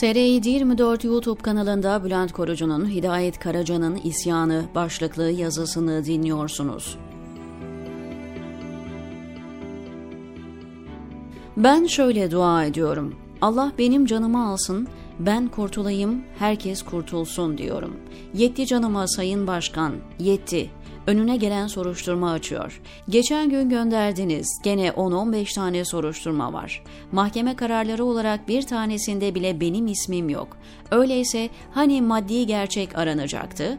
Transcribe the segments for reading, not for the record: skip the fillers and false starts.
TR724 YouTube kanalında Bülent Korucu'nun Hidayet Karaca'nın İsyanı başlıklı yazısını dinliyorsunuz. Ben şöyle dua ediyorum. Allah benim canımı alsın, ben kurtulayım, herkes kurtulsun diyorum. Yetti canıma Sayın Başkan, yetti. Önüne gelen soruşturma açıyor. Geçen gün gönderdiniz, gene 10-15 tane soruşturma var. Mahkeme kararları olarak bir tanesinde bile benim ismim yok. Öyleyse hani maddi gerçek aranacaktı?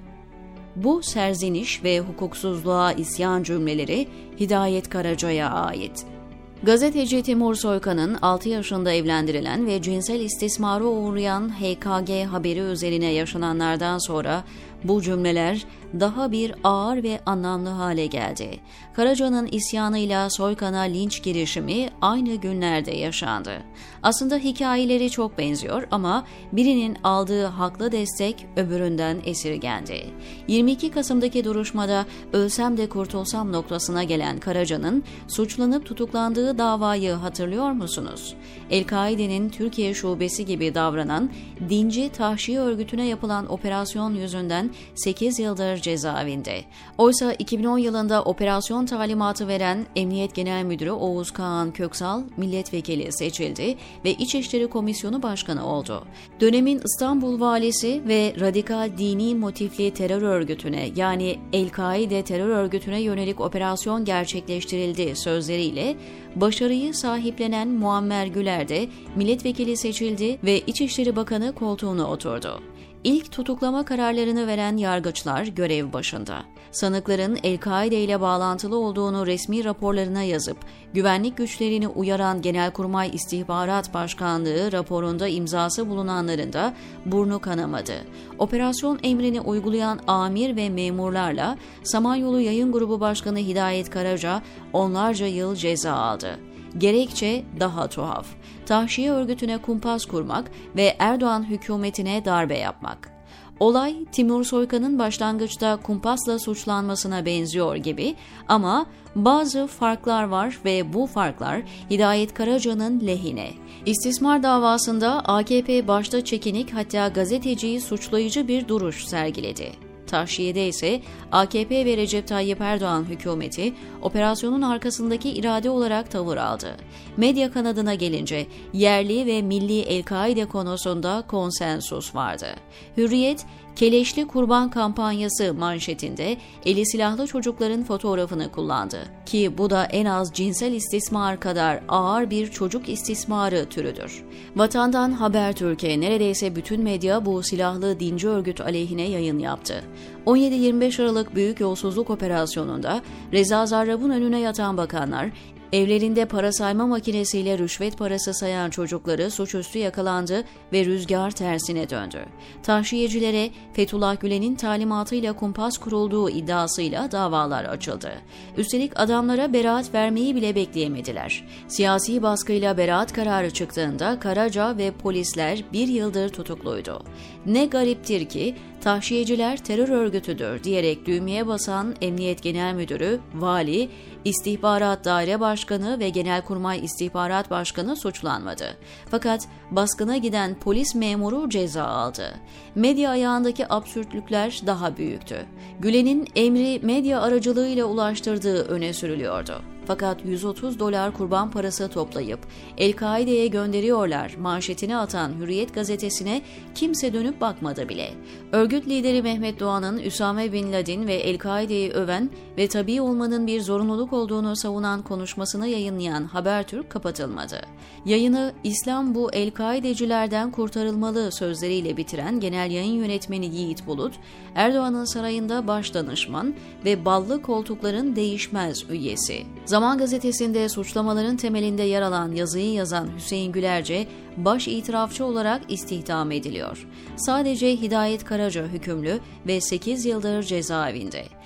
Bu serzeniş ve hukuksuzluğa isyan cümleleri Hidayet Karaca'ya ait. Gazeteci Timur Soykan'ın 6 yaşında evlendirilen ve cinsel istismara uğrayan HKG haberi üzerine yaşananlardan sonra bu cümleler daha bir ağır ve anlamlı hale geldi. Karaca'nın isyanıyla Soykan'a linç girişimi aynı günlerde yaşandı. Aslında hikayeleri çok benziyor ama birinin aldığı haklı destek öbüründen esirgendi. 22 Kasım'daki duruşmada ölsem de kurtulsam noktasına gelen Karaca'nın suçlanıp tutuklandığı davayı hatırlıyor musunuz? El-Kaide'nin Türkiye şubesi gibi davranan dinci tahşiye örgütüne yapılan operasyon yüzünden 8 yıldır cezaevinde. Oysa 2010 yılında operasyon talimatı veren Emniyet Genel Müdürü Oğuz Kağan Köksal milletvekili seçildi ve İçişleri Komisyonu Başkanı oldu. Dönemin İstanbul Valisi ve radikal dini motifli terör örgütüne yani El-Kaide terör örgütüne yönelik operasyon gerçekleştirildi sözleriyle başarıyı sahiplenen Muammer Güler de milletvekili seçildi ve İçişleri Bakanı koltuğuna oturdu. İlk tutuklama kararlarını veren yargıçlar görev başında. Sanıkların El-Kaide ile bağlantılı olduğunu resmi raporlarına yazıp, güvenlik güçlerini uyaran Genelkurmay İstihbarat Başkanlığı raporunda imzası bulunanların da burnu kanamadı. Operasyon emrini uygulayan amir ve memurlarla Samanyolu Yayın Grubu Başkanı Hidayet Karaca onlarca yıl ceza aldı. Gerekçe daha tuhaf. Tahşiye örgütüne kumpas kurmak ve Erdoğan hükümetine darbe yapmak. Olay Timur Soykan'ın başlangıçta kumpasla suçlanmasına benziyor gibi ama bazı farklar var ve bu farklar Hidayet Karaca'nın lehine. İstismar davasında AKP başta çekinik hatta gazeteciyi suçlayıcı bir duruş sergiledi. Tahşiyede ise AKP ve Recep Tayyip Erdoğan hükümeti operasyonun arkasındaki irade olarak tavır aldı. Medya kanadına gelince yerli ve milli El-Kaide konusunda konsensus vardı. Hürriyet, Keleşli Kurban kampanyası manşetinde eli silahlı çocukların fotoğrafını kullandı. Ki bu da en az cinsel istismar kadar ağır bir çocuk istismarı türüdür. Vatandan Habertürk'e neredeyse bütün medya bu silahlı dinci örgüt aleyhine yayın yaptı. 17-25 Aralık Büyük Yolsuzluk Operasyonu'nda Reza Zarrab'ın önüne yatan bakanlar, evlerinde para sayma makinesiyle rüşvet parası sayan çocukları suçüstü yakalandı ve rüzgar tersine döndü. Tahşiyecilere Fethullah Gülen'in talimatıyla kumpas kurulduğu iddiasıyla davalar açıldı. Üstelik adamlara beraat vermeyi bile bekleyemediler. Siyasi baskıyla beraat kararı çıktığında Karaca ve polisler 1 yıldır tutukluydu. Ne gariptir ki tahşiyeciler terör örgütüdür diyerek düğmeye basan Emniyet Genel Müdürü, Vali, İstihbarat Daire Başkanı ve Genelkurmay İstihbarat Başkanı suçlanmadı. Fakat baskına giden polis memuru ceza aldı. Medya ayağındaki absürtlükler daha büyüktü. Gülen'in emri medya aracılığıyla ulaştırdığı öne sürülüyordu. Fakat $130 kurban parası toplayıp El-Kaide'ye gönderiyorlar manşetini atan Hürriyet gazetesine kimse dönüp bakmadı bile. Örgüt lideri Mehmet Doğan'ın Üsame Bin Laden ve El-Kaide'yi öven ve tabii olmanın bir zorunluluk olduğunu savunan konuşmasını yayınlayan Habertürk kapatılmadı. Yayını İslam bu El-Kaidecilerden kurtarılmalı sözleriyle bitiren Genel Yayın Yönetmeni Yiğit Bulut, Erdoğan'ın sarayında baş danışman ve ballı koltukların değişmez üyesi. Zaman gazetesinde suçlamaların temelinde yer alan yazıyı yazan Hüseyin Gülerce baş itirafçı olarak istihdam ediliyor. Sadece Hidayet Karaca hükümlü ve 8 yıldır cezaevinde.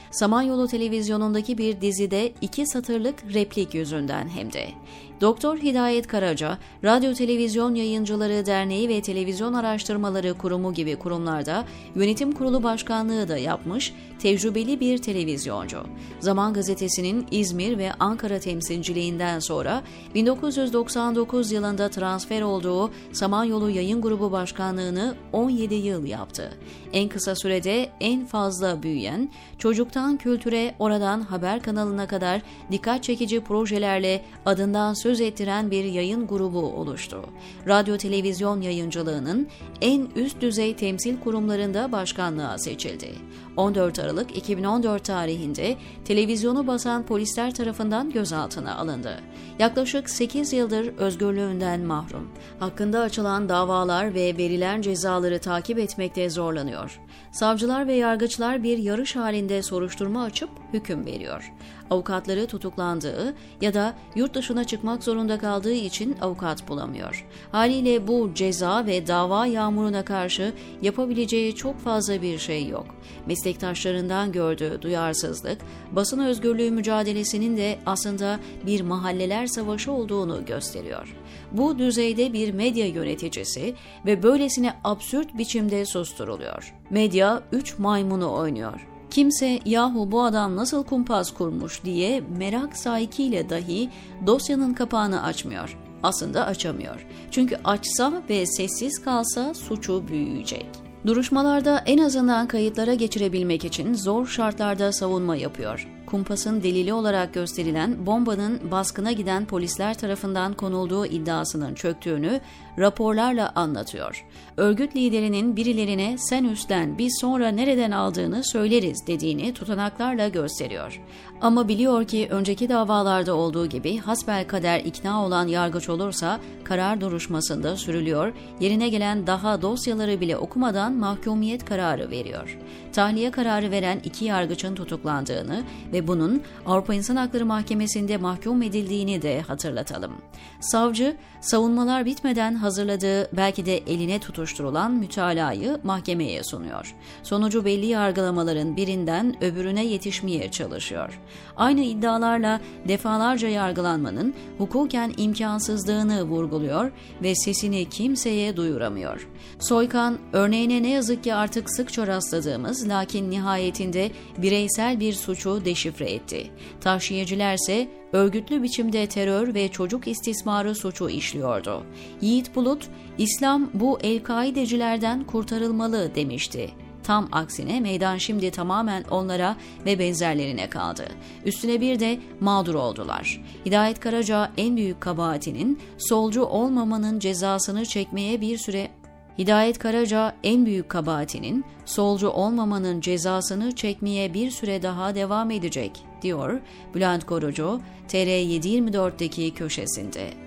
Samanyolu televizyonundaki bir dizide 2 satırlık replik yüzünden hem de. Doktor Hidayet Karaca, Radyo Televizyon Yayıncıları Derneği ve Televizyon Araştırmaları Kurumu gibi kurumlarda yönetim kurulu başkanlığı da yapmış, tecrübeli bir televizyoncu. Zaman Gazetesi'nin İzmir ve Ankara temsilciliğinden sonra 1999 yılında transfer olduğu Samanyolu Yayın Grubu Başkanlığını 17 yıl yaptı. En kısa sürede en fazla büyüyen, çocuktan kültüre, oradan haber kanalına kadar dikkat çekici projelerle adından söz ettiren bir yayın grubu oluştu. Radyo televizyon yayıncılığının en üst düzey temsil kurumlarında başkanlığa seçildi. 14 Aralık 2014 tarihinde televizyonu basan polisler tarafından gözaltına alındı. Yaklaşık 8 yıldır özgürlüğünden mahrum. Hakkında açılan davalar ve verilen cezaları takip etmekte zorlanıyor. Savcılar ve yargıçlar bir yarış halinde soruşturma açıp hüküm veriyor. Avukatları tutuklandığı ya da yurt dışına çıkmak zorunda kaldığı için avukat bulamıyor. Haliyle bu ceza ve dava yağmuruna karşı yapabileceği çok fazla bir şey yok. Meslektaşlarından gördüğü duyarsızlık, basın özgürlüğü mücadelesinin de aslında bir mahalleler savaşı olduğunu gösteriyor. Bu düzeyde bir medya yöneticisi ve böylesine absürt biçimde susturuluyor. Medya 3 maymunu oynuyor. Kimse yahu bu adam nasıl kumpas kurmuş diye merak sahikiyle dahi dosyanın kapağını açmıyor. Aslında açamıyor. Çünkü açsa ve sessiz kalsa suçu büyüyecek. Duruşmalarda en azından kayıtlara geçirebilmek için zor şartlarda savunma yapıyor. Kumpasın delili olarak gösterilen bombanın baskına giden polisler tarafından konulduğu iddiasının çöktüğünü raporlarla anlatıyor. Örgüt liderinin birilerine sen üstlen biz sonra nereden aldığını söyleriz dediğini tutanaklarla gösteriyor. Ama biliyor ki önceki davalarda olduğu gibi hasbelkader ikna olan yargıç olursa karar duruşmasında sürülüyor, yerine gelen daha dosyaları bile okumadan mahkumiyet kararı veriyor. Tahliye kararı veren 2 yargıçın tutuklandığını ve bunun Avrupa İnsan Hakları Mahkemesi'nde mahkum edildiğini de hatırlatalım. Savcı, savunmalar bitmeden hazırladığı belki de eline tutuşturulan mütalayı mahkemeye sunuyor. Sonucu belli yargılamaların birinden öbürüne yetişmeye çalışıyor. Aynı iddialarla defalarca yargılanmanın hukuken imkansızlığını vurguluyor ve sesini kimseye duyuramıyor. Soykan, örneğine ne yazık ki artık sıkça rastladığımız lakin nihayetinde bireysel bir suçu deşifre etti. Tahşiyecilerse örgütlü biçimde terör ve çocuk istismarı suçu işliyordu. Yiğit Bulut, İslam bu El-Kaidecilerden kurtarılmalı demişti. Tam aksine meydan şimdi tamamen onlara ve benzerlerine kaldı. Üstüne bir de mağdur oldular. Hidayet Karaca en büyük kabahatinin solcu olmamanın cezasını çekmeye bir süre daha devam edecek, diyor Bülent Korucu, TR724'deki köşesinde.